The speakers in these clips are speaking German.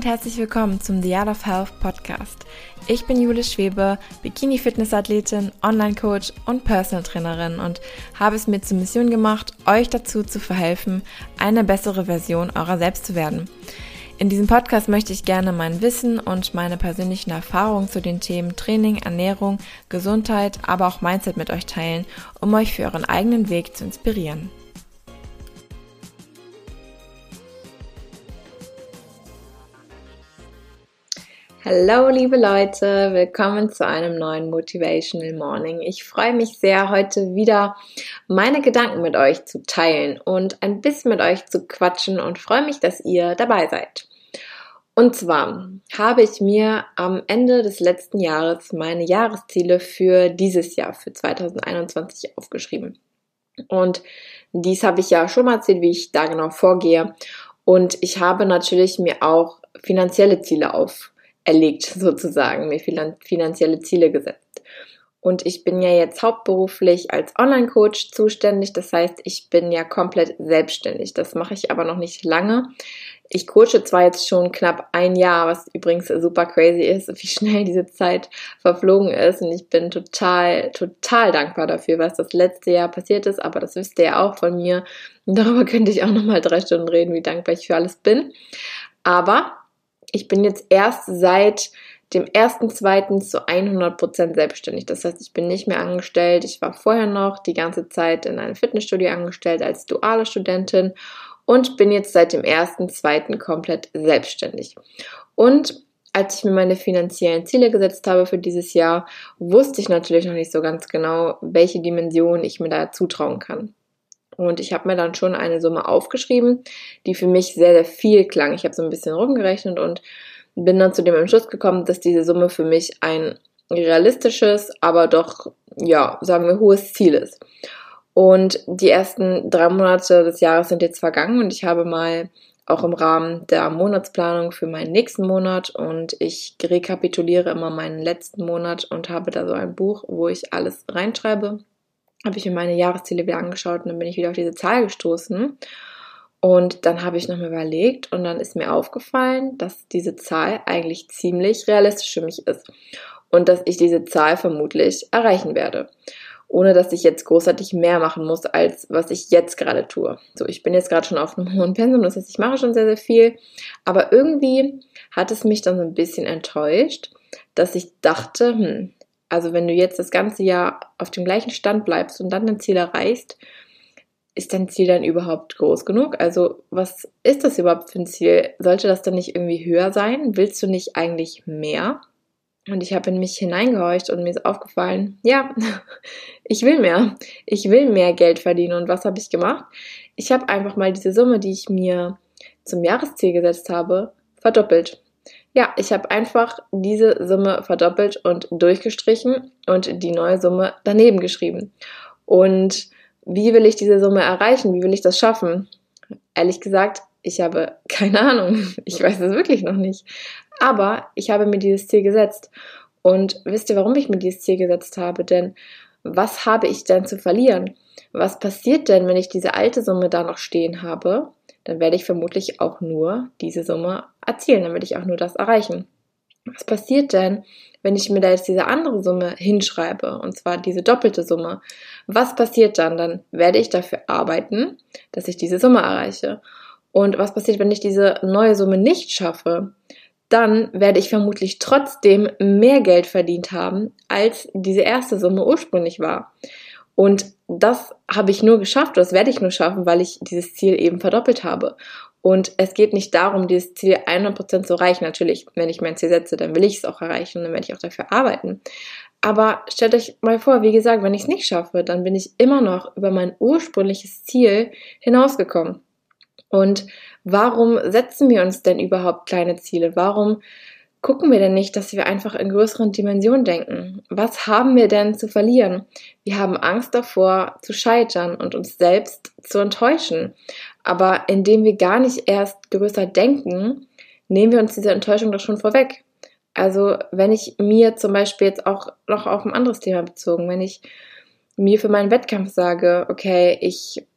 und herzlich willkommen zum The Art of Health Podcast. Ich bin Jule Schwebe, Bikini-Fitness-Athletin, Online-Coach und Personal-Trainerin und habe es mir zur Mission gemacht, euch dazu zu verhelfen, eine bessere Version eurer selbst zu werden. In diesem Podcast möchte ich gerne mein Wissen und meine persönlichen Erfahrungen zu den Themen Training, Ernährung, Gesundheit, aber auch Mindset mit euch teilen, um euch für euren eigenen Weg zu inspirieren. Hallo liebe Leute, willkommen zu einem neuen Motivational Morning. Ich freue mich sehr, heute wieder meine Gedanken mit euch zu teilen und ein bisschen mit euch zu quatschen und freue mich, dass ihr dabei seid. Und zwar habe ich mir am Ende des letzten Jahres meine Jahresziele für dieses Jahr, für 2021 aufgeschrieben. Und dies habe ich ja schon mal erzählt, wie ich da genau vorgehe. Und ich habe natürlich mir auch finanzielle Ziele auferlegt, sozusagen, mir finanzielle Ziele gesetzt. Und ich bin ja jetzt hauptberuflich als Online-Coach zuständig, das heißt, ich bin ja komplett selbstständig. Das mache ich aber noch nicht lange. Ich coache zwar jetzt schon knapp ein Jahr, was übrigens super crazy ist, wie schnell diese Zeit verflogen ist, und ich bin total dankbar dafür, was das letzte Jahr passiert ist, aber das wisst ihr ja auch von mir. Und darüber könnte ich auch nochmal 3 Stunden reden, wie dankbar ich für alles bin. Aber ich bin jetzt erst seit dem 1.2. zu 100% selbstständig. Das heißt, ich bin nicht mehr angestellt. Ich war vorher noch die ganze Zeit in einem Fitnessstudio angestellt als duale Studentin und bin jetzt seit dem 1.2. komplett selbstständig. Und als ich mir meine finanziellen Ziele gesetzt habe für dieses Jahr, wusste ich natürlich noch nicht so ganz genau, welche Dimension ich mir da zutrauen kann. Und ich habe mir dann schon eine Summe aufgeschrieben, die für mich sehr, sehr viel klang. Ich habe so ein bisschen rumgerechnet und bin dann zu dem Entschluss gekommen, dass diese Summe für mich ein realistisches, aber doch, ja, sagen wir, hohes Ziel ist. Und die ersten 3 Monate des Jahres sind jetzt vergangen und ich habe mal auch im Rahmen der Monatsplanung für meinen nächsten Monat und ich rekapituliere immer meinen letzten Monat und habe da so ein Buch, wo ich alles reinschreibe. Habe ich mir meine Jahresziele wieder angeschaut und dann bin ich wieder auf diese Zahl gestoßen. Und dann habe ich nochmal überlegt und dann ist mir aufgefallen, dass diese Zahl eigentlich ziemlich realistisch für mich ist und dass ich diese Zahl vermutlich erreichen werde, ohne dass ich jetzt großartig mehr machen muss, als was ich jetzt gerade tue. So, ich bin jetzt gerade schon auf einem hohen Pensum, das heißt, ich mache schon sehr, sehr viel, aber irgendwie hat es mich dann so ein bisschen enttäuscht, dass ich dachte, also wenn du jetzt das ganze Jahr auf dem gleichen Stand bleibst und dann dein Ziel erreichst, ist dein Ziel dann überhaupt groß genug? Also was ist das überhaupt für ein Ziel? Sollte das dann nicht irgendwie höher sein? Willst du nicht eigentlich mehr? Und ich habe in mich hineingehorcht und mir ist aufgefallen, ja, ich will mehr. Ich will mehr Geld verdienen. Und was habe ich gemacht? Ich habe einfach mal diese Summe, die ich mir zum Jahresziel gesetzt habe, verdoppelt. Ja, ich habe einfach diese Summe verdoppelt und durchgestrichen und die neue Summe daneben geschrieben. Und wie will ich diese Summe erreichen? Wie will ich das schaffen? Ehrlich gesagt, ich habe keine Ahnung. Ich weiß es wirklich noch nicht. Aber ich habe mir dieses Ziel gesetzt. Und wisst ihr, warum ich mir dieses Ziel gesetzt habe? Denn was habe ich denn zu verlieren? Was passiert denn, wenn ich diese alte Summe da noch stehen habe? Dann werde ich vermutlich auch nur diese Summe erzielen. Dann werde ich auch nur das erreichen. Was passiert denn, wenn ich mir da jetzt diese andere Summe hinschreibe, und zwar diese doppelte Summe? Was passiert dann? Dann werde ich dafür arbeiten, dass ich diese Summe erreiche. Und was passiert, wenn ich diese neue Summe nicht schaffe? Dann werde ich vermutlich trotzdem mehr Geld verdient haben, als diese erste Summe ursprünglich war. Und das habe ich nur geschafft, oder das werde ich nur schaffen, weil ich dieses Ziel eben verdoppelt habe. Und es geht nicht darum, dieses Ziel 100% zu erreichen. Natürlich, wenn ich mein Ziel setze, dann will ich es auch erreichen und dann werde ich auch dafür arbeiten. Aber stellt euch mal vor, wie gesagt, wenn ich es nicht schaffe, dann bin ich immer noch über mein ursprüngliches Ziel hinausgekommen. Und warum setzen wir uns denn überhaupt kleine Ziele? Warum gucken wir denn nicht, dass wir einfach in größeren Dimensionen denken? Was haben wir denn zu verlieren? Wir haben Angst davor, zu scheitern und uns selbst zu enttäuschen. Aber indem wir gar nicht erst größer denken, nehmen wir uns diese Enttäuschung doch schon vorweg. Also wenn ich mir zum Beispiel jetzt auch noch auf ein anderes Thema bezogen, wenn ich mir für meinen Wettkampf sage, okay, ich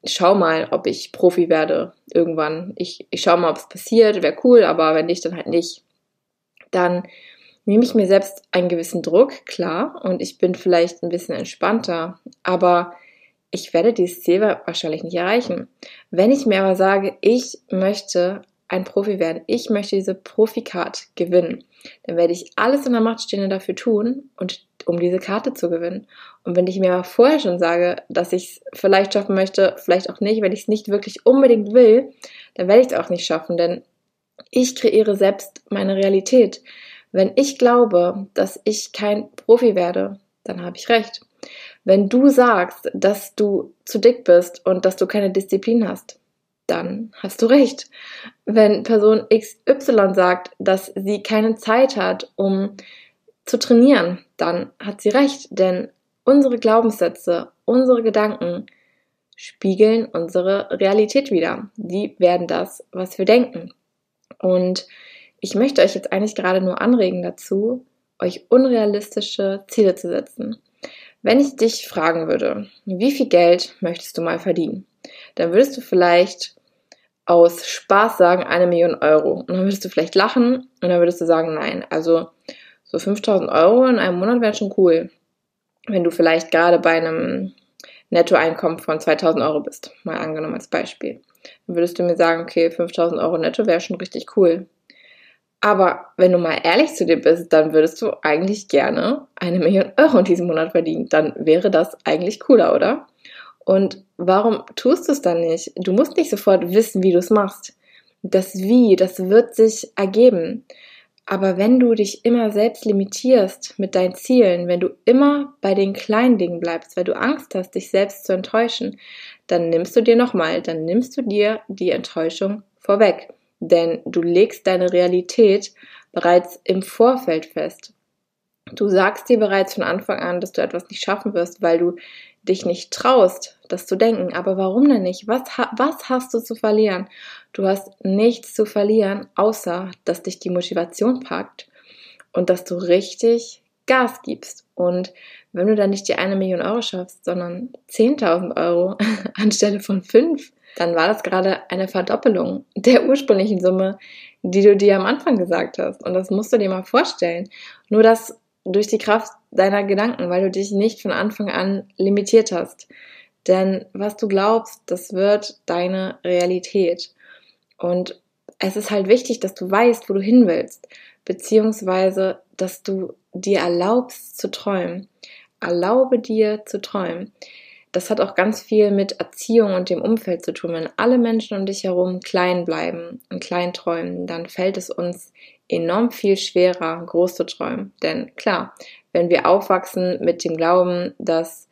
schau mal, ob ich Profi werde irgendwann. Ich schau mal, ob es passiert, wäre cool, aber wenn nicht, dann halt nicht. Dann nehme ich mir selbst einen gewissen Druck, klar, und ich bin vielleicht ein bisschen entspannter, aber ich werde dieses Ziel wahrscheinlich nicht erreichen. Wenn ich mir aber sage, ich möchte ein Profi werden, ich möchte diese Profi-Card gewinnen, dann werde ich alles in der Macht Stehende dafür tun, um diese Karte zu gewinnen. Und wenn ich mir aber vorher schon sage, dass ich es vielleicht schaffen möchte, vielleicht auch nicht, wenn ich es nicht wirklich unbedingt will, dann werde ich es auch nicht schaffen, denn ich kreiere selbst meine Realität. Wenn ich glaube, dass ich kein Profi werde, dann habe ich recht. Wenn du sagst, dass du zu dick bist und dass du keine Disziplin hast, dann hast du recht. Wenn Person XY sagt, dass sie keine Zeit hat, um zu trainieren, dann hat sie recht, denn unsere Glaubenssätze, unsere Gedanken spiegeln unsere Realität wider. Die werden das, was wir denken. Und ich möchte euch jetzt eigentlich gerade nur anregen dazu, euch unrealistische Ziele zu setzen. Wenn ich dich fragen würde, wie viel Geld möchtest du mal verdienen, dann würdest du vielleicht aus Spaß sagen 1.000.000 Euro. Und dann würdest du vielleicht lachen und dann würdest du sagen, nein, also so 5.000 Euro in einem Monat wäre schon cool. Wenn du vielleicht gerade bei einem Nettoeinkommen von 2.000 Euro bist, mal angenommen als Beispiel. Dann würdest du mir sagen, okay, 5.000 Euro netto wäre schon richtig cool. Aber wenn du mal ehrlich zu dir bist, dann würdest du eigentlich gerne 1.000.000 Euro in diesem Monat verdienen. Dann wäre das eigentlich cooler, oder? Und warum tust du es dann nicht? Du musst nicht sofort wissen, wie du es machst. Das Wie, das wird sich ergeben. Aber wenn du dich immer selbst limitierst mit deinen Zielen, wenn du immer bei den kleinen Dingen bleibst, weil du Angst hast, dich selbst zu enttäuschen, dann nimmst du dir die Enttäuschung vorweg. Denn du legst deine Realität bereits im Vorfeld fest. Du sagst dir bereits von Anfang an, dass du etwas nicht schaffen wirst, weil du dich nicht traust, das zu denken. Aber warum denn nicht? Was hast du zu verlieren? Du hast nichts zu verlieren, außer dass dich die Motivation packt und dass du richtig Gas gibst. Und wenn du dann nicht die 1.000.000 Euro schaffst, sondern 10.000 Euro anstelle von 5, dann war das gerade eine Verdoppelung der ursprünglichen Summe, die du dir am Anfang gesagt hast. Und das musst du dir mal vorstellen. Nur das durch die Kraft deiner Gedanken, weil du dich nicht von Anfang an limitiert hast. Denn was du glaubst, das wird deine Realität. Und es ist halt wichtig, dass du weißt, wo du hin willst, beziehungsweise, dass du dir erlaubst zu träumen. Erlaube dir zu träumen. Das hat auch ganz viel mit Erziehung und dem Umfeld zu tun. Wenn alle Menschen um dich herum klein bleiben und klein träumen, dann fällt es uns enorm viel schwerer, groß zu träumen. Denn klar, wenn wir aufwachsen mit dem Glauben, dass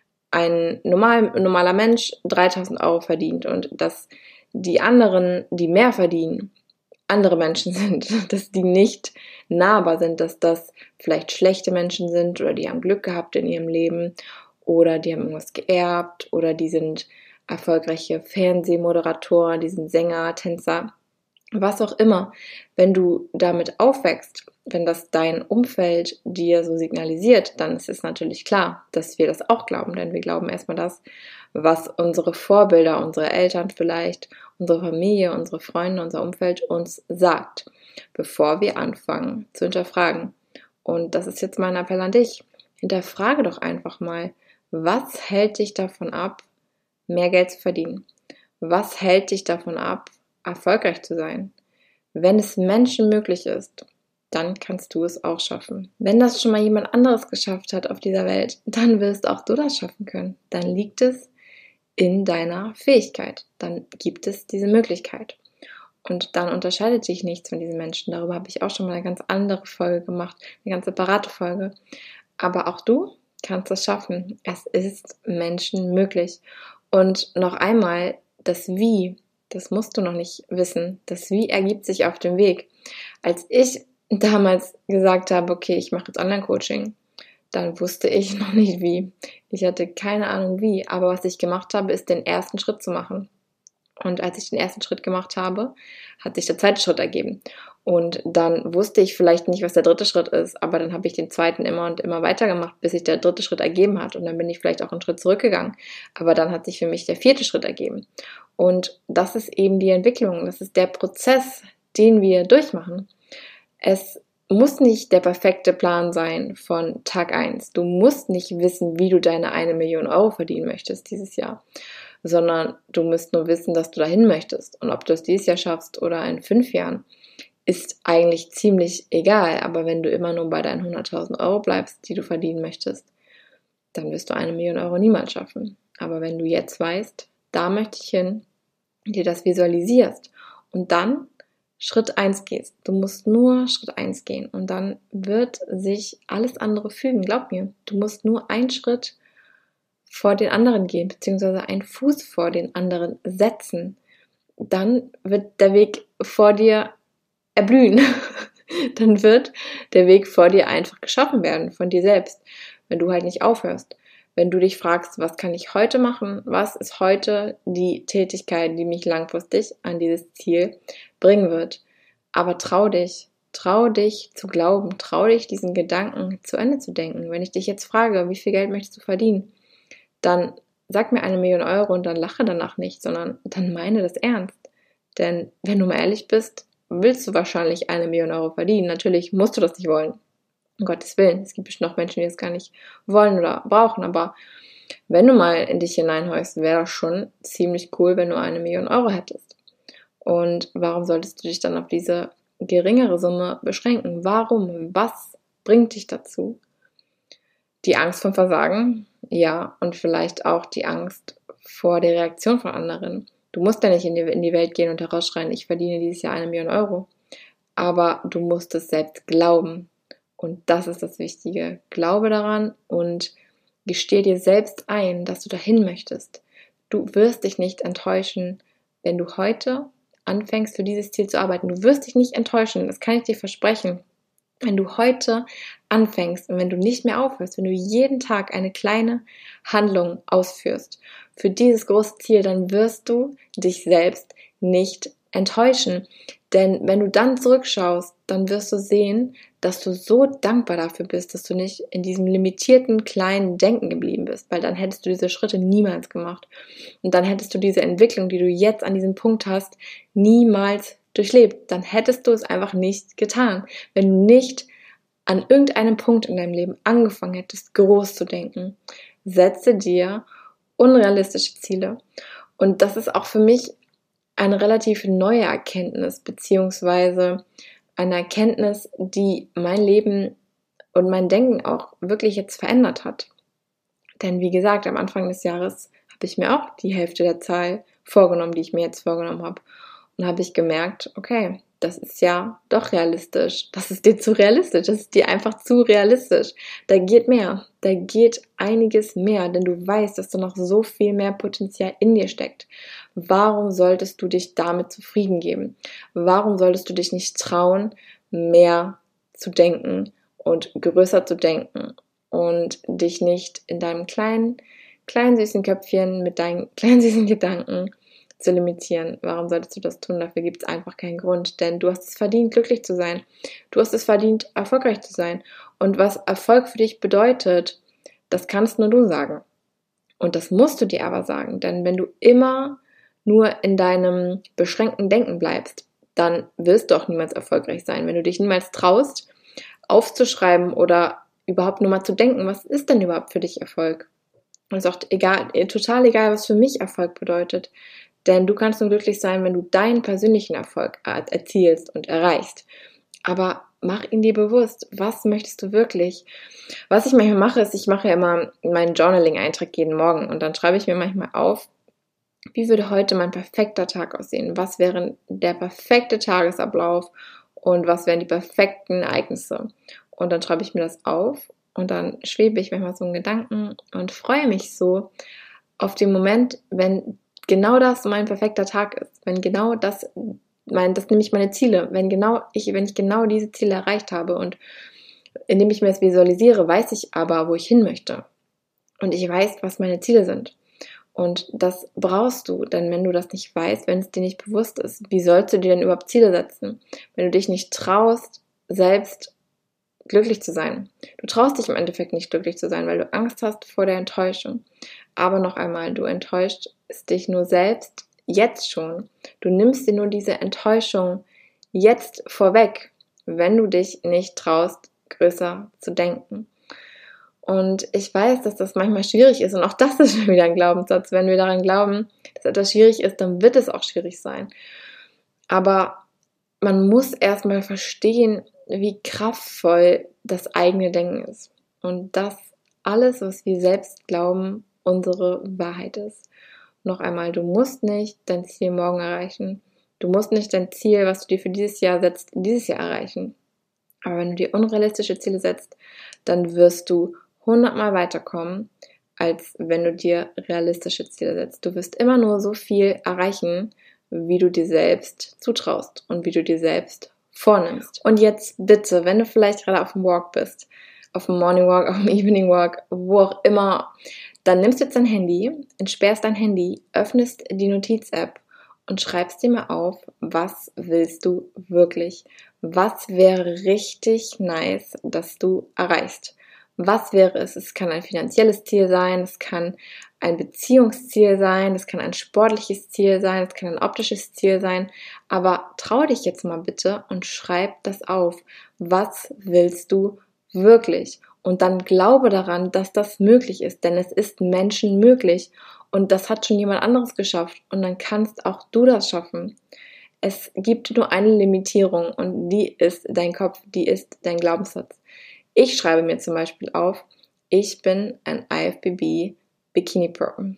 ein normaler Mensch 3.000 Euro verdient und dass die anderen, die mehr verdienen, andere Menschen sind, dass die nicht nahbar sind, dass das vielleicht schlechte Menschen sind oder die haben Glück gehabt in ihrem Leben oder die haben irgendwas geerbt oder die sind erfolgreiche Fernsehmoderatoren, die sind Sänger, Tänzer, was auch immer. Wenn du damit aufwächst, wenn das dein Umfeld dir so signalisiert, dann ist es natürlich klar, dass wir das auch glauben, denn wir glauben erstmal das, was unsere Vorbilder, unsere Eltern vielleicht, unsere Familie, unsere Freunde, unser Umfeld uns sagt, bevor wir anfangen zu hinterfragen. Und das ist jetzt mein Appell an dich. Hinterfrage doch einfach mal, was hält dich davon ab, mehr Geld zu verdienen? Was hält dich davon ab, erfolgreich zu sein? Wenn es Menschen möglich ist, dann kannst du es auch schaffen. Wenn das schon mal jemand anderes geschafft hat auf dieser Welt, dann wirst auch du das schaffen können. Dann liegt es in deiner Fähigkeit. Dann gibt es diese Möglichkeit. Und dann unterscheidet dich nichts von diesen Menschen. Darüber habe ich auch schon mal eine ganz andere Folge gemacht, eine ganz separate Folge. Aber auch du kannst es schaffen. Es ist Menschen möglich. Und noch einmal, das Wie, das musst du noch nicht wissen. Das Wie ergibt sich auf dem Weg. Als ich damals gesagt habe, okay, ich mache jetzt Online-Coaching, dann wusste ich noch nicht wie. Ich hatte keine Ahnung wie, aber was ich gemacht habe, ist den ersten Schritt zu machen. Und als ich den ersten Schritt gemacht habe, hat sich der zweite Schritt ergeben. Und dann wusste ich vielleicht nicht, was der dritte Schritt ist, aber dann habe ich den zweiten immer und immer weitergemacht, bis sich der dritte Schritt ergeben hat. Und dann bin ich vielleicht auch einen Schritt zurückgegangen. Aber dann hat sich für mich der vierte Schritt ergeben. Und das ist eben die Entwicklung. Das ist der Prozess, den wir durchmachen. Es muss nicht der perfekte Plan sein von Tag 1. Du musst nicht wissen, wie du deine 1 Million Euro verdienen möchtest dieses Jahr, sondern du musst nur wissen, dass du dahin möchtest. Und ob du es dieses Jahr schaffst oder in 5 Jahren, ist eigentlich ziemlich egal. Aber wenn du immer nur bei deinen 100.000 Euro bleibst, die du verdienen möchtest, dann wirst du 1 Million Euro niemals schaffen. Aber wenn du jetzt weißt, da möchte ich hin, dir das visualisierst und dann Schritt 1 gehst. Du musst nur Schritt 1 gehen und dann wird sich alles andere fügen. Glaub mir, du musst nur einen Schritt vor den anderen gehen, beziehungsweise einen Fuß vor den anderen setzen. Dann wird der Weg vor dir erblühen. Dann wird der Weg vor dir einfach geschaffen werden von dir selbst, wenn du halt nicht aufhörst. Wenn du dich fragst, was kann ich heute machen? Was ist heute die Tätigkeit, die mich langfristig an dieses Ziel bringen wird? Aber trau dich zu glauben, trau dich, diesen Gedanken zu Ende zu denken. Wenn ich dich jetzt frage, wie viel Geld möchtest du verdienen, dann sag mir 1 Million Euro und dann lache danach nicht, sondern dann meine das ernst. Denn wenn du mal ehrlich bist, willst du wahrscheinlich 1 Million Euro verdienen. Natürlich musst du das nicht wollen. Um Gottes Willen. Es gibt bestimmt noch Menschen, die es gar nicht wollen oder brauchen. Aber wenn du mal in dich hineinhorchst, wäre das schon ziemlich cool, wenn du 1 Million Euro hättest. Und warum solltest du dich dann auf diese geringere Summe beschränken? Warum? Was bringt dich dazu? Die Angst vom Versagen? Ja. Und vielleicht auch die Angst vor der Reaktion von anderen. Du musst ja nicht in die Welt gehen und herausschreien, ich verdiene dieses Jahr 1 Million Euro. Aber du musst es selbst glauben. Und das ist das Wichtige. Glaube daran und gestehe dir selbst ein, dass du dahin möchtest. Du wirst dich nicht enttäuschen, wenn du heute anfängst, für dieses Ziel zu arbeiten. Du wirst dich nicht enttäuschen, das kann ich dir versprechen. Wenn du heute anfängst und wenn du nicht mehr aufhörst, wenn du jeden Tag eine kleine Handlung ausführst für dieses große Ziel, dann wirst du dich selbst nicht enttäuschen. Denn wenn du dann zurückschaust, dann wirst du sehen, dass du so dankbar dafür bist, dass du nicht in diesem limitierten kleinen Denken geblieben bist, weil dann hättest du diese Schritte niemals gemacht. Und dann hättest du diese Entwicklung, die du jetzt an diesem Punkt hast, niemals durchlebt. Dann hättest du es einfach nicht getan. Wenn du nicht an irgendeinem Punkt in deinem Leben angefangen hättest, groß zu denken, setze dir unrealistische Ziele. Und das ist auch für mich eine relativ neue Erkenntnis, beziehungsweise eine Erkenntnis, die mein Leben und mein Denken auch wirklich jetzt verändert hat. Denn wie gesagt, am Anfang des Jahres habe ich mir auch die Hälfte der Zahl vorgenommen, die ich mir jetzt vorgenommen habe. Und habe ich gemerkt, okay, das ist ja doch realistisch. Das ist dir zu realistisch. Das ist dir einfach zu realistisch. Da geht mehr. Da geht einiges mehr, denn du weißt, dass da noch so viel mehr Potenzial in dir steckt. Warum solltest du dich damit zufrieden geben? Warum solltest du dich nicht trauen, mehr zu denken und größer zu denken und dich nicht in deinem kleinen süßen Köpfchen mit deinen kleinen süßen Gedanken zu limitieren? Warum solltest du das tun? Dafür gibt es einfach keinen Grund, denn du hast es verdient, glücklich zu sein. Du hast es verdient, erfolgreich zu sein. Und was Erfolg für dich bedeutet, das kannst nur du sagen. Und das musst du dir aber sagen, denn wenn du immer nur in deinem beschränkten Denken bleibst, dann wirst du auch niemals erfolgreich sein. Wenn du dich niemals traust, aufzuschreiben oder überhaupt nur mal zu denken, was ist denn überhaupt für dich Erfolg? Und es ist auch total egal, was für mich Erfolg bedeutet. Denn du kannst nur glücklich sein, wenn du deinen persönlichen Erfolg erzielst und erreichst. Aber mach ihn dir bewusst. Was möchtest du wirklich? Was ich manchmal mache, ist, ich mache ja immer meinen Journaling-Eintrag jeden Morgen und dann schreibe ich mir manchmal auf, wie würde heute mein perfekter Tag aussehen? Was wäre der perfekte Tagesablauf und was wären die perfekten Ereignisse? Und dann schreibe ich mir das auf und dann schwebe ich manchmal so einen Gedanken und freue mich so auf den Moment, wenn genau das mein perfekter Tag ist, wenn genau das nämlich meine Ziele, wenn ich genau diese Ziele erreicht habe und indem ich mir das visualisiere, weiß ich aber, wo ich hin möchte und ich weiß, was meine Ziele sind Und das brauchst du, denn wenn du das nicht weißt, wenn es dir nicht bewusst ist, wie sollst du dir denn überhaupt Ziele setzen? Wenn du dich nicht traust, selbst glücklich zu sein. Du traust dich im Endeffekt nicht glücklich zu sein, weil du Angst hast vor der Enttäuschung. Aber noch einmal, du enttäuscht dich nur selbst jetzt schon. Du nimmst dir nur diese Enttäuschung jetzt vorweg, wenn du dich nicht traust, größer zu denken. Und ich weiß, dass das manchmal schwierig ist und auch das ist schon wieder ein Glaubenssatz. Wenn wir daran glauben, dass etwas schwierig ist, dann wird es auch schwierig sein. Aber man muss erstmal verstehen, wie kraftvoll das eigene Denken ist und dass alles, was wir selbst glauben, unsere Wahrheit ist. Noch einmal, du musst nicht dein Ziel morgen erreichen. Du musst nicht dein Ziel, was du dir für dieses Jahr setzt, dieses Jahr erreichen. Aber wenn du dir unrealistische Ziele setzt, dann wirst du 100-mal weiterkommen, als wenn du dir realistische Ziele setzt. Du wirst immer nur so viel erreichen, wie du dir selbst zutraust und wie du dir selbst vornimmst. Und jetzt bitte, wenn du vielleicht gerade auf dem Walk bist, auf dem Morning Walk, auf dem Evening Walk, wo auch immer, dann nimmst du jetzt dein Handy, entsperrst dein Handy, öffnest die Notiz-App und schreibst dir mal auf, was willst du wirklich? Was wäre richtig nice, dass du erreichst? Was wäre es? Es kann ein finanzielles Ziel sein, es kann ein Beziehungsziel sein, es kann ein sportliches Ziel sein, es kann ein optisches Ziel sein, aber trau dich jetzt mal bitte und schreib das auf. Was willst du wirklich? Und dann glaube daran, dass das möglich ist, denn es ist Menschen möglich und das hat schon jemand anderes geschafft und dann kannst auch du das schaffen. Es gibt nur eine Limitierung und die ist dein Kopf, die ist dein Glaubenssatz. Ich schreibe mir zum Beispiel auf, ich bin ein IFBB Bikini Pro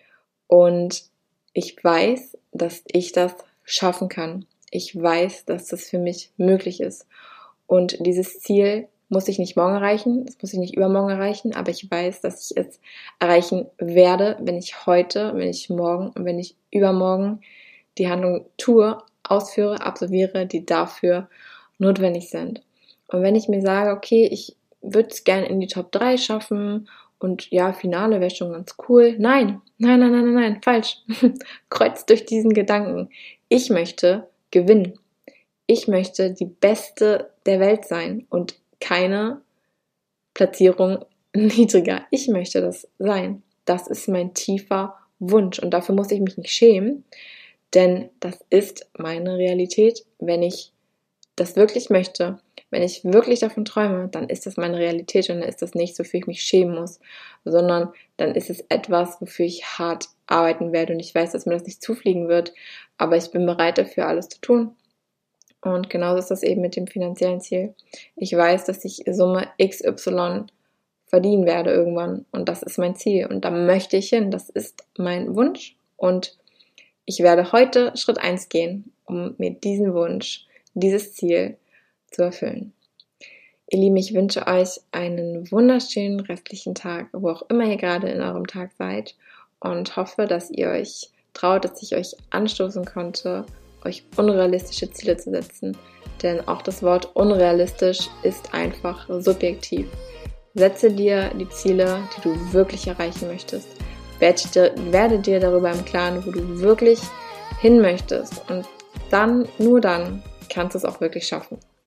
und ich weiß, dass ich das schaffen kann. Ich weiß, dass das für mich möglich ist und dieses Ziel muss ich nicht morgen erreichen, das muss ich nicht übermorgen erreichen, aber ich weiß, dass ich es erreichen werde, wenn ich heute, wenn ich morgen und wenn ich übermorgen die Handlung tue, ausführe, absolviere, die dafür notwendig sind. Und wenn ich mir sage, okay, ich würde es gerne in die Top 3 schaffen und ja, Finale wäre schon ganz cool. Nein, falsch. Kreuz durch diesen Gedanken. Ich möchte gewinnen. Ich möchte die Beste der Welt sein und keine Platzierung niedriger. Ich möchte das sein. Das ist mein tiefer Wunsch und dafür muss ich mich nicht schämen, denn das ist meine Realität. Wenn ich das wirklich möchte, wenn ich wirklich davon träume, dann ist das meine Realität und dann ist das nichts, wofür ich mich schämen muss, sondern dann ist es etwas, wofür ich hart arbeiten werde und ich weiß, dass mir das nicht zufliegen wird, aber ich bin bereit dafür, alles zu tun. Und genauso ist das eben mit dem finanziellen Ziel. Ich weiß, dass ich Summe XY verdienen werde irgendwann und das ist mein Ziel und da möchte ich hin, das ist mein Wunsch und ich werde heute Schritt 1 gehen, um mir diesen Wunsch, dieses Ziel zu erfüllen. Ihr Lieben, ich wünsche euch einen wunderschönen restlichen Tag, wo auch immer ihr gerade in eurem Tag seid und hoffe, dass ihr euch traut, dass ich euch anstoßen konnte, euch unrealistische Ziele zu setzen, denn auch das Wort unrealistisch ist einfach subjektiv. Setze dir die Ziele, die du wirklich erreichen möchtest. Werde dir darüber im Klaren, wo du wirklich hin möchtest und dann, nur dann, kannst du es auch wirklich schaffen.